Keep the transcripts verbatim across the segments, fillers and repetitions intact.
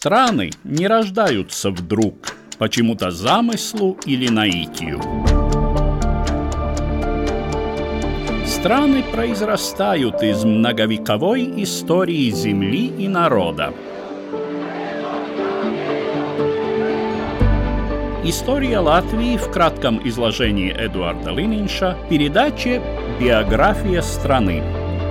Страны не рождаются вдруг, по чему-то замыслу или наитию. Страны произрастают из многовековой истории земли и народа. История Латвии в кратком изложении Эдуарда Лининша в передаче «Биография страны».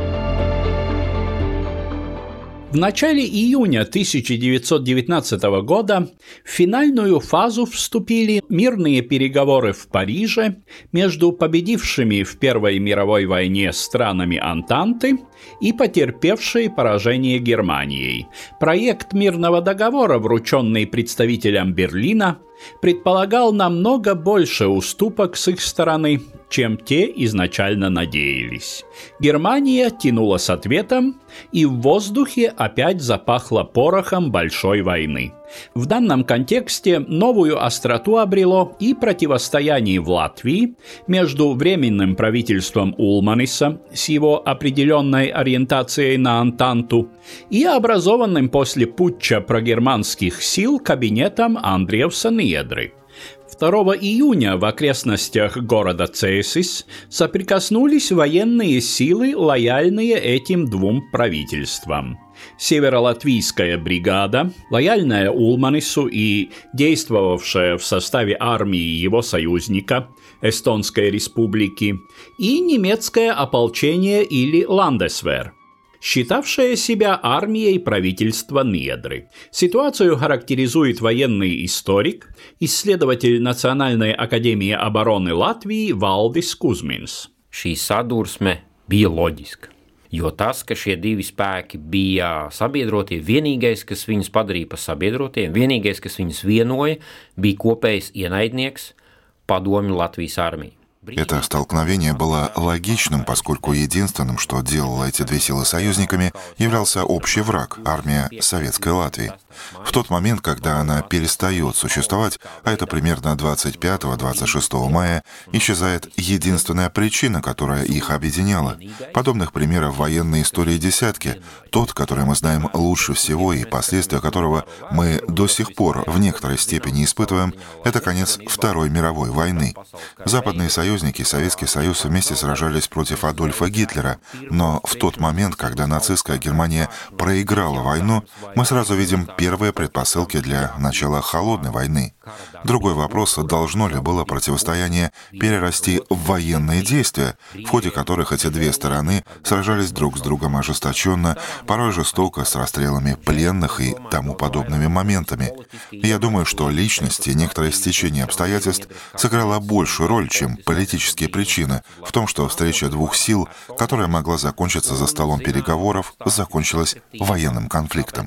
В начале июня тысяча девятьсот девятнадцатого года в финальную фазу вступили мирные переговоры в Париже между победившими в Первой мировой войне странами Антанты и потерпевшей поражение Германией. Проект мирного договора, врученный представителям Берлина, предполагал намного больше уступок с их стороны, чем те изначально надеялись. Германия тянула с ответом, и в воздухе опять запахло порохом большой войны. В данном контексте новую остроту обрело и противостояние в Латвии между Временным правительством Улманиса с его определенной ориентацией на Антанту и образованным после путча прогерманских сил кабинетом Андриевса-Ниедры. второго июня в окрестностях города Цēsis соприкоснулись военные силы, лояльные этим двум правительствам. Северолатвийская бригада, лояльная Улманису и действовавшая в составе армии его союзника, Эстонской республики, и немецкое ополчение или Ландесвер, считавшая себя армией правительства Ниедры. Ситуацию характеризует военный историк, исследователь Национальной академии обороны Латвии Валдис Kuzmins. Šī sadursme bija loģiska, jo tas, ka šie divi spēki bija sabiedrotie, vienīgais, kas viņus padarīja par sabiedrotiem, vienīgais, kas viņus vienoja, bija kopējs ienaidnieks Padomju Latvijas armija. Это столкновение было логичным, поскольку единственным, что делало эти две силы союзниками, являлся общий враг – армия Советской Латвии. В тот момент, когда она перестает существовать, а это примерно двадцать пятого — двадцать шестого мая, исчезает единственная причина, которая их объединяла. Подобных примеров в военной истории десятки. Тот, который мы знаем лучше всего и последствия которого мы до сих пор в некоторой степени испытываем, это конец Второй мировой войны. Западные союзники, Советский Союз вместе сражались против Адольфа Гитлера, но в тот момент, когда нацистская Германия проиграла войну, мы сразу видим первые предпосылки для начала холодной войны. Другой вопрос, должно ли было противостояние перерасти в военные действия, в ходе которых эти две стороны сражались друг с другом ожесточенно, порой жестоко, с расстрелами пленных и тому подобными моментами. Я думаю, что личность и некоторое стечение обстоятельств сыграло большую роль, чем политические причины, в том, что встреча двух сил, которая могла закончиться за столом переговоров, закончилась военным конфликтом.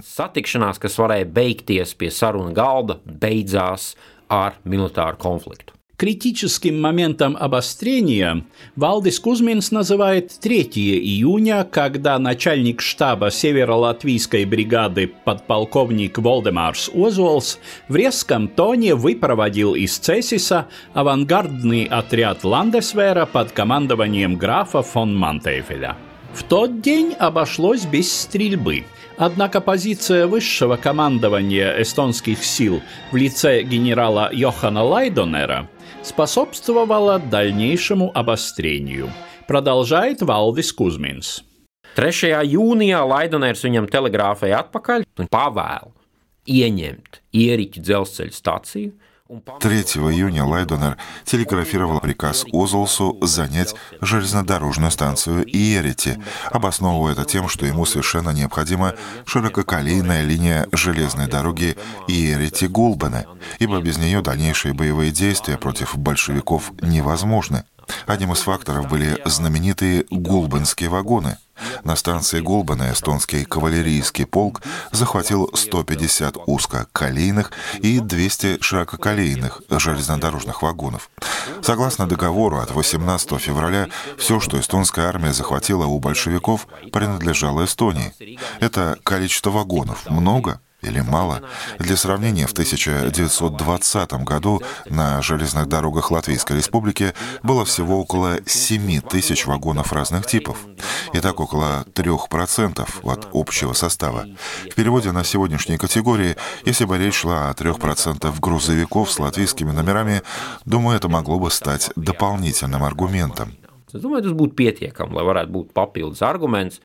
Критическим моментом обострения Валдис Kuzmins называет третьего июня, когда начальник штаба северо-латвийской бригады подполковник Волдемарс Озолс в резком тоне выпроводил из Цēsisa авангардный отряд Ландесвера под командованием графа фон Мантефеля. В тот день обошлось без стрельбы. Однако позиция высшего командования эстонских сил в лице генерала Йохана Лайдонера способствовала дальнейшему обострению. Продолжает Валдис Kuzmins. trešajā jūnijā Laidoners viņam telegrāfēja atpakaļ un pavēla ieņemt Ieriķu dzelzceļa staciju. третьего июня Лайдонер телеграфировал приказ Озолсу занять железнодорожную станцию Иерити, обосновывая это тем, что ему совершенно необходима ширококолейная линия железной дороги Иерити-Гулбене, ибо без нее дальнейшие боевые действия против большевиков невозможны. Одним из факторов были знаменитые гулбенские вагоны. На станции Гулбена эстонский кавалерийский полк захватил сто пятьдесят узкоколейных и двести ширококолейных железнодорожных вагонов. Согласно договору от восемнадцатого февраля, все, что эстонская армия захватила у большевиков, принадлежало Эстонии. Это количество вагонов много или мало? Для сравнения, в тысяча девятьсот двадцатом году на железных дорогах Латвийской Республики было всего около семь тысяч вагонов разных типов. Итак, около трех процентов от общего состава. В переводе на сегодняшние категории, если бы речь шла о трех процентах грузовиков с латвийскими номерами, думаю, это могло бы стать дополнительным аргументом. Es domāju, tas būtu pietiekami, lai varētu būt papildus arguments.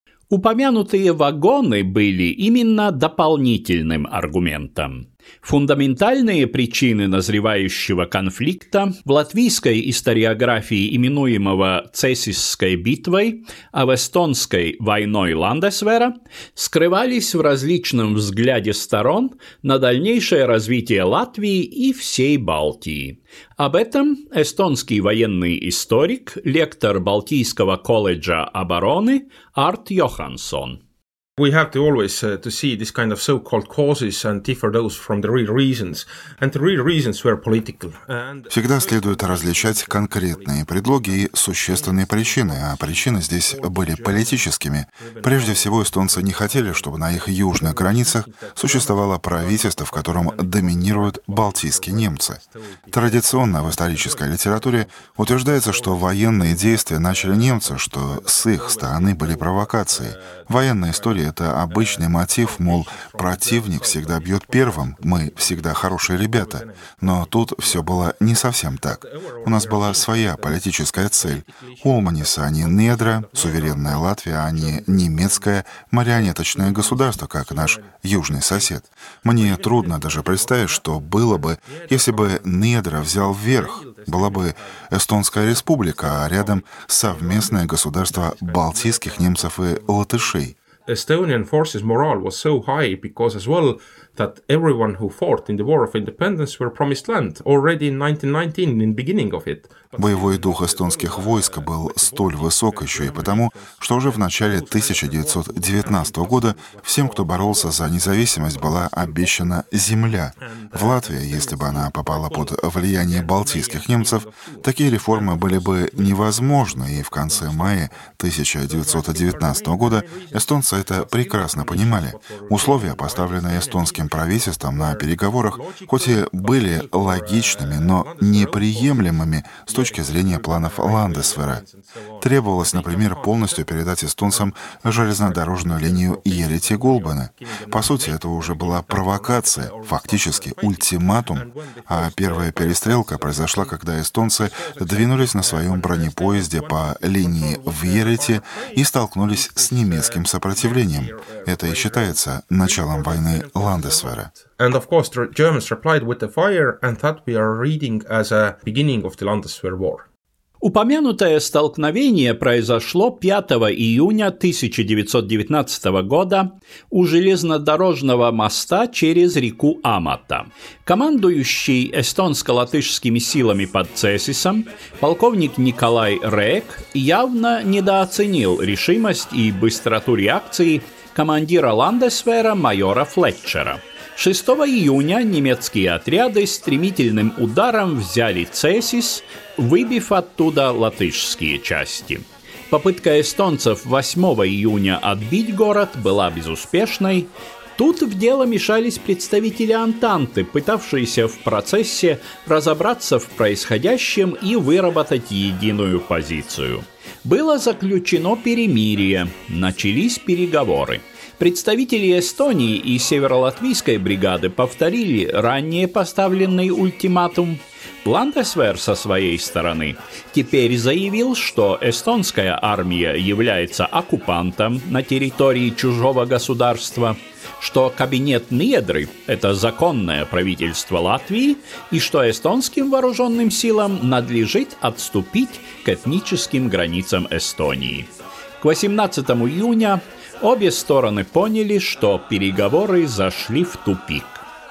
Упомянутые вагоны были именно дополнительным аргументом. Фундаментальные причины назревающего конфликта в латвийской историографии, именуемого Цесисской битвой, а в эстонской войной Ландесвера, скрывались в различном взгляде сторон на дальнейшее развитие Латвии и всей Балтии. Об этом эстонский военный историк, лектор Балтийского колледжа обороны Арт Йоханссон. We have to always uh, to see this kind of so-called causes and differ those from the real reasons. And the real reasons were political. And... Всегда следует различать конкретные предлоги и существенные причины, а причины здесь были политическими. Прежде всего, эстонцы не хотели, чтобы на их южных границах существовало правительство, в котором доминируют балтийские немцы. Традиционно в исторической литературе утверждается, что военные действия начали немцы, что с их стороны были провокации. Военная история — это обычный мотив, мол, противник всегда бьет первым, мы всегда хорошие ребята. Но тут все было не совсем так. У нас была своя политическая цель. Улманис, а не Недра, суверенная Латвия, а не немецкое марионеточное государство, как наш южный сосед. Мне трудно даже представить, что было бы, если бы Недра взял вверх. Была бы Эстонская республика, а рядом совместное государство балтийских немцев и латышей. Estonian forces' morale was so high because as well that everyone who fought in the War of Independence were promised land already in nineteen nineteen, in the beginning of it. Боевой дух эстонских войск был столь высок еще и потому, что уже в начале тысяча девятьсот девятнадцатого года всем, кто боролся за независимость, была обещана земля. В Латвии, если бы она попала под влияние балтийских немцев, такие реформы были бы невозможны, и в конце мая тысяча девятьсот девятнадцатого года эстонцы это прекрасно понимали. Условия, поставленные эстонским правительством на переговорах, хоть и были логичными, но неприемлемыми с точки зрения планов Ландесвера. Требовалось, например, полностью передать эстонцам железнодорожную линию Иерити-Гулбене. По сути, это уже была провокация, фактически ультиматум, а первая перестрелка произошла, когда эстонцы двинулись на своем бронепоезде по линии в Иерити и столкнулись с немецким сопротивлением. Это и считается началом войны Ландесвера. And of course, the Germans replied with a fire, and that we are reading as a beginning of the Landeswehr War. Упомянутое столкновение произошло пятого июня тысяча девятьсот девятнадцатого года у железнодорожного моста через реку Амата. Командующий эстонско-латышскими силами под Цесисом полковник Николай Рек явно недооценил решимость и быстроту реакции командира Ландесвера майора Флетчера. шестого июня немецкие отряды стремительным ударом взяли Цесис, выбив оттуда латышские части. Попытка эстонцев восьмого июня отбить город была безуспешной. Тут в дело мешались представители Антанты, пытавшиеся в процессе разобраться в происходящем и выработать единую позицию. Было заключено перемирие, начались переговоры. Представители Эстонии и Северолатвийской бригады повторили ранее поставленный ультиматум. Ландесвер со своей стороны теперь заявил, что эстонская армия является оккупантом на территории чужого государства, что кабинет Недры – это законное правительство Латвии и что эстонским вооруженным силам надлежит отступить к этническим границам Эстонии. К восемнадцатому июня обе стороны поняли, что переговоры зашли в тупик.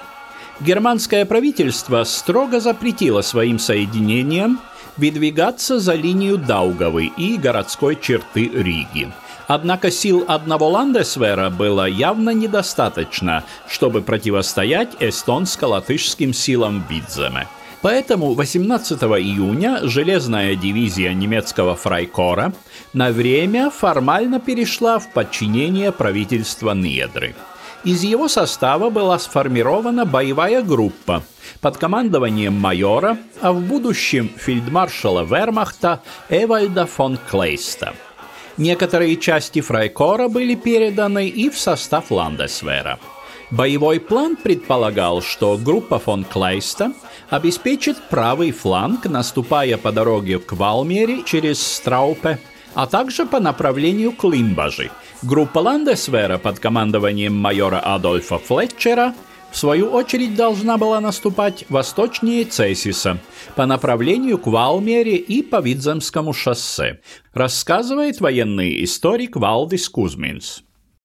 Германское правительство строго запретило своим соединениям выдвигаться за линию Даугавы и городской черты Риги. Однако сил одного Ландесвера было явно недостаточно, чтобы противостоять эстонско-латышским силам в Видземе. Поэтому восемнадцатого июня железная дивизия немецкого фрайкора на время формально перешла в подчинение правительства Недры. Из его состава была сформирована боевая группа под командованием майора, а в будущем фельдмаршала Вермахта Эвальда фон Клейста. Некоторые части Фрайкора были переданы и в состав Ландесвера. Боевой план предполагал, что группа фон Клейста обеспечит правый фланг, наступая по дороге к Валмере через Страупе, а также по направлению к Лимбажи. Группа Ландесвера под командованием майора Адольфа Флетчера в свою очередь должна была наступать восточнее Цесиса по направлению к Валмере и по Видземскому шоссе, рассказывает военный историк Валдис Kuzmins.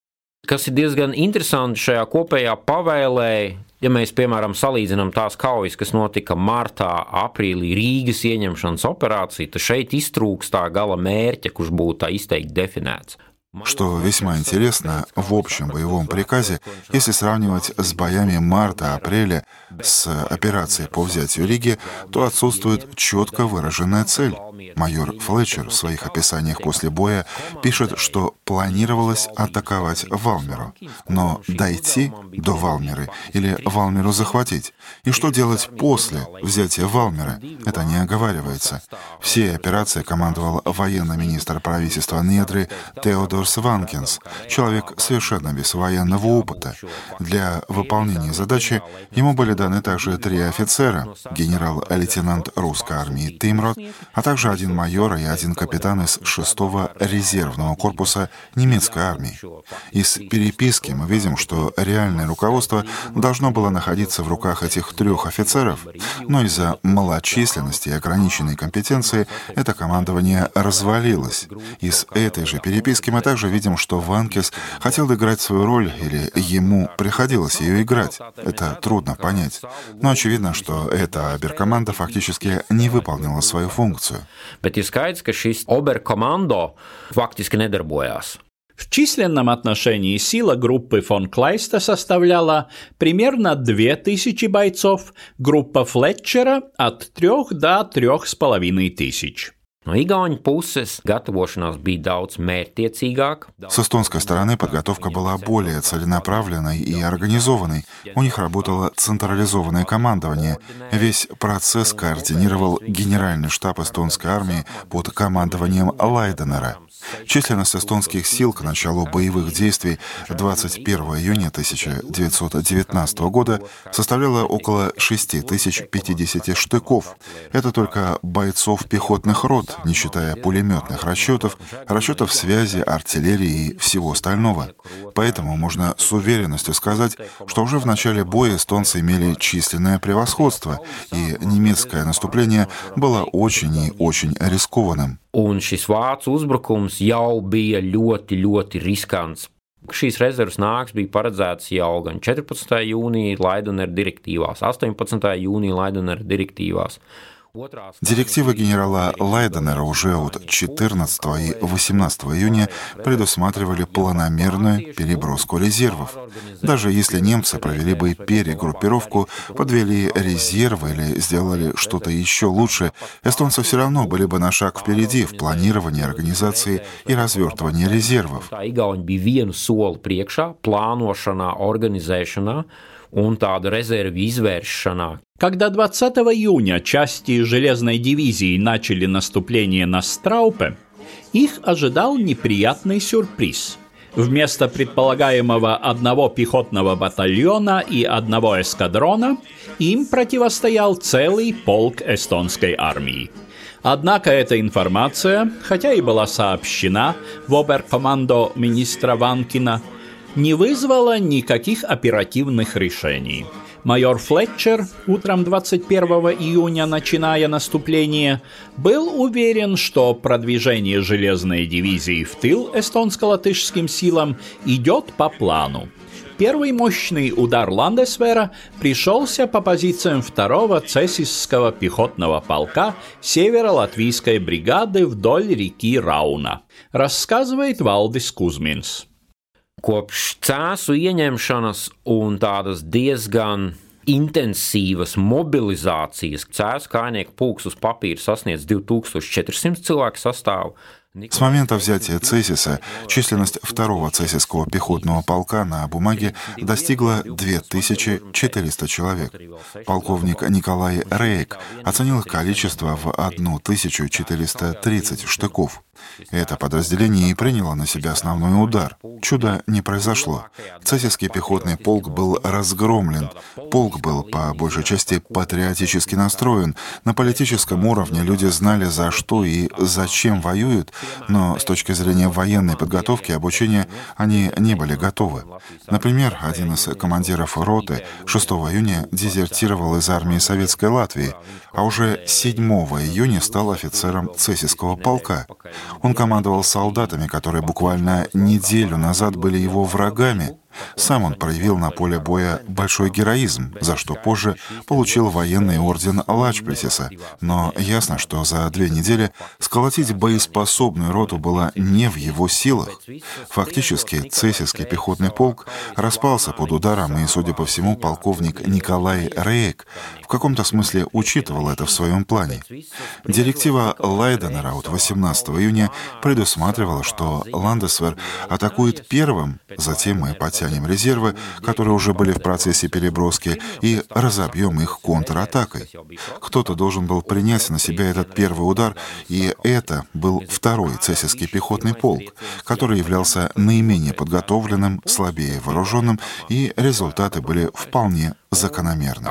Kas ir diezgan interesanti šajā kopējā pavēlē, ja mēs, piemēram, salīdzinām tās kaujas, kas notika martā, aprīlī Rīgas ieņemšanas operācija, tad šeit iztrūks tā gala mērķa, kurš būtu tā izteikti definēts. Что весьма интересно, в общем боевом приказе, если сравнивать с боями марта-апреля с операцией по взятию Риги, то отсутствует четко выраженная цель. Майор Флетчер в своих описаниях после боя пишет, что планировалось атаковать Валмеру, но дойти до Валмеры или Валмеру захватить. И что делать после взятия Валмеры, это не оговаривается. Всей операцией командовал военный министр правительства Недры Теодор Сванкинс, человек совершенно без военного опыта. Для выполнения задачи ему были даны также три офицера, генерал-лейтенант русской армии Тимрот, а также один майор и один капитан из шестого резервного корпуса немецкой армии. Из переписки мы видим, что реальное руководство должно было находиться в руках этих трех офицеров, но из-за малочисленности и ограниченной компетенции это командование развалилось. Из этой же переписки мы также видим, что Ванкис хотел играть свою роль, или ему приходилось ее играть. Это трудно понять. Но очевидно, что эта оберкоманда фактически не выполнила свою функцию. Bet ir skaidrs, ka šis oberkomando faktiski nedarbojās. В численном отношении сила группы фон Клейста составляла примерно две тысячи бойцов, группа Флетчера от трех до трех с половиной тысяч. No igauņu puses gatavošanās bija daudz mērķtiecīgāk. С эстонской стороны подготовка была более целенаправленной и организованной. У них работало централизованное командование. Весь процесс координировал Генеральный штаб эстонской армии под командованием Лайденера. Численность эстонских сил к началу боевых действий двадцать первого июня тысяча девятьсот девятнадцатого года составляла около шесть тысяч пятьдесят штыков. Это только бойцов пехотных рот, не считая пулеметных расчетов, расчетов связи, артиллерии и всего остального. Поэтому можно с уверенностью сказать, что уже в начале боя эстонцы имели численное превосходство, и немецкое наступление было очень и очень рискованным. Un šis vācu uzbrukums jau bija ļoti, ļoti riskants. Šīs rezerves nāks bija paredzētas jau gan četrpadsmitajā jūnija Laidenera direktīvās, astoņpadsmitajā jūnija Laidenera direktīvās. Директивы генерала Лайденера уже от четырнадцатого и восемнадцатого июня предусматривали планомерную переброску резервов. Даже если немцы провели бы перегруппировку, подвели резервы или сделали что-то еще лучше, эстонцы все равно были бы на шаг впереди в планировании, организации и развертывании резервов. Un tāda rezervju izvēršanā. Когда двадцатого июня части железной дивизии начали наступление на Страупе, их ожидал неприятный сюрприз. Вместо предполагаемого одного пехотного батальона и одного эскадрона им противостоял целый полк эстонской армии. Однако эта информация, хотя и была сообщена в оберкомандо министра Ванкина, не вызвала никаких оперативных решений. Майор Флетчер утром двадцать первого июня, начиная наступление, был уверен, что продвижение железной дивизии в тыл эстонско-латышским силам идет по плану. Первый мощный удар Ландесвера пришелся по позициям второго цесисского пехотного полка северо-латвийской бригады вдоль реки Рауна, рассказывает Валдис Kuzmins. Kopš cēsu ieņemšanas un tādas diezgan intensīvas mobilizācijas cēsu kājnieku pulks uz papīra sasniedz divtūkstoš četrsimt cilvēku sastāvu. С момента взятия Цесиса численность второго Цесисского пехотного полка на бумаге достигла две тысячи четыреста человек. Полковник Николай Рейк оценил их количество в тысячу четыреста тридцать штыков. Это подразделение и приняло на себя основной удар. Чуда не произошло. Цесисский пехотный полк был разгромлен. Полк был, по большей части, патриотически настроен. На политическом уровне люди знали, за что и зачем воюют, но с точки зрения военной подготовки и обучения они не были готовы. Например, один из командиров роты шестого июня дезертировал из армии Советской Латвии, а уже седьмого июня стал офицером Цесисского полка. Он командовал солдатами, которые буквально неделю назад были его врагами. Сам он проявил на поле боя большой героизм, за что позже получил военный орден Лачплесиса. Но ясно, что за две недели сколотить боеспособную роту было не в его силах. Фактически, Цесисский пехотный полк распался под ударом, и, судя по всему, полковник Николай Рейк в каком-то смысле учитывал это в своем плане. Директива Лайденера от восемнадцатого июня предусматривала, что Ландесвер атакует первым, затем мы потянем резервы, которые уже были в процессе переброски, и разобьем их контратакой. Кто-то должен был принять на себя этот первый удар, и это был второй Цесисский пехотный полк, который являлся наименее подготовленным, слабее вооруженным, и результаты были вполне закономерны.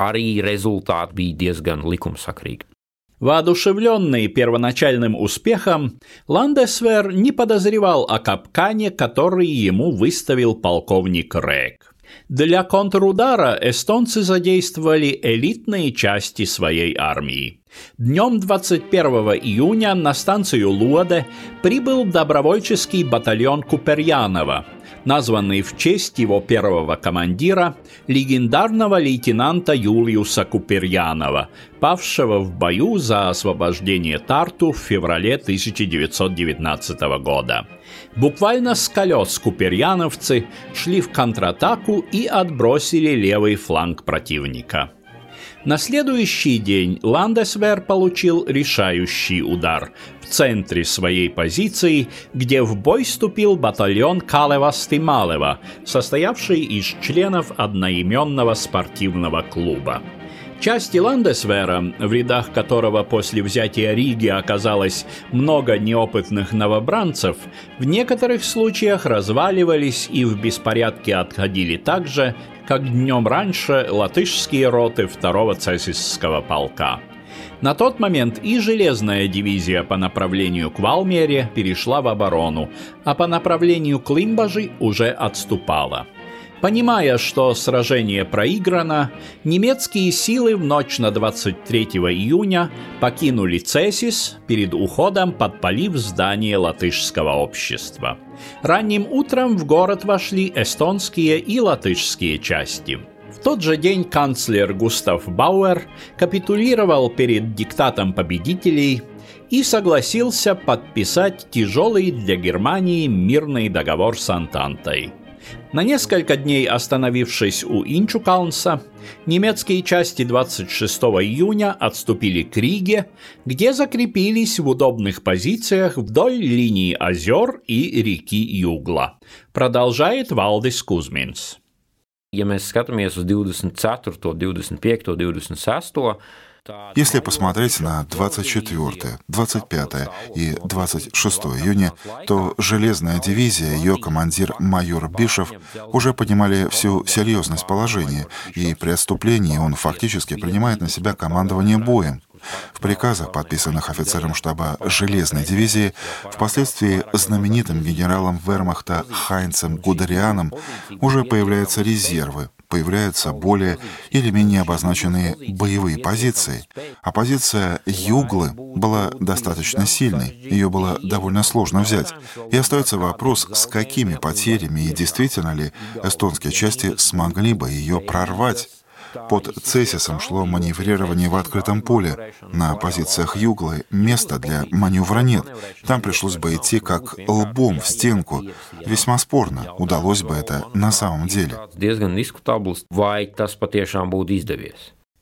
Воодушевленный первоначальным успехом, Ландесвер не подозревал о капкане, который ему выставил полковник Рейк. Для контрудара эстонцы задействовали элитные части своей армии. Днем двадцать первого июня на станцию Луоде прибыл добровольческий батальон Куперьянова, названный в честь его первого командира, легендарного лейтенанта Юлиуса Куперьянова, павшего в бою за освобождение Тарту в феврале тысяча девятьсот девятнадцатого года. Буквально с колес куперьяновцы шли в контратаку и отбросили левый фланг противника. На следующий день Ландесвер получил решающий удар в центре своей позиции, где в бой вступил батальон Калевasti-Малева, состоявший из членов одноименного спортивного клуба. Части Ландесвера, в рядах которого после взятия Риги оказалось много неопытных новобранцев, в некоторых случаях разваливались и в беспорядке отходили так же, как днем раньше латышские роты второго Цесисского полка. На тот момент и железная дивизия по направлению к Валмере перешла в оборону, а по направлению к Лимбажи уже отступала. Понимая, что сражение проиграно, немецкие силы в ночь на двадцать третьего июня покинули Цесис, перед уходом подпалив здание латышского общества. Ранним утром в город вошли эстонские и латышские части. В тот же день канцлер Густав Бауэр капитулировал перед диктатом победителей и согласился подписать тяжелый для Германии мирный договор с Антантой. На несколько дней остановившись у Инчукалнса, немецкие части двадцать шестого июня отступили к Риге, где закрепились в удобных позициях вдоль линии озер и реки Югла. Продолжает Валдис Кузминс. Ja mēs skatāmies uz двадцать четвёртое, двадцать пятое, двадцать шестое, Если посмотреть на двадцать четвёртое, двадцать пятое и двадцать шестое июня, то железная дивизия, ее командир майор Бишев уже понимали всю серьезность положения, и при отступлении он фактически принимает на себя командование боем. В приказах, подписанных офицером штаба железной дивизии, впоследствии знаменитым генералом вермахта Хайнцем Гудерианом, уже появляются резервы, появляются более или менее обозначенные боевые позиции. А позиция Юглы была достаточно сильной, ее было довольно сложно взять. И остается вопрос, с какими потерями и действительно ли эстонские части смогли бы ее прорвать. Под Цесисом шло маневрирование в открытом поле. На позициях Юглы места для маневра нет. Там пришлось бы идти как лбом в стенку. Весьма спорно, удалось бы это на самом деле.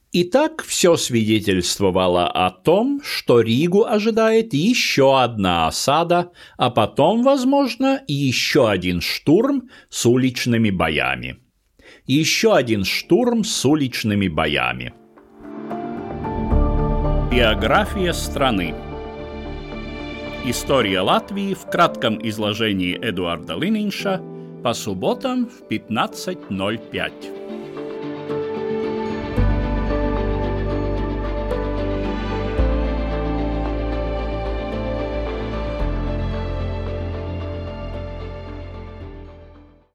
Итак, все свидетельствовало о том, что Ригу ожидает еще одна осада, а потом, возможно, и еще один штурм с уличными боями. Еще один штурм с уличными боями. Биография страны. История Латвии в кратком изложении Эдуарда Лининша по субботам в пятнадцать ноль пять.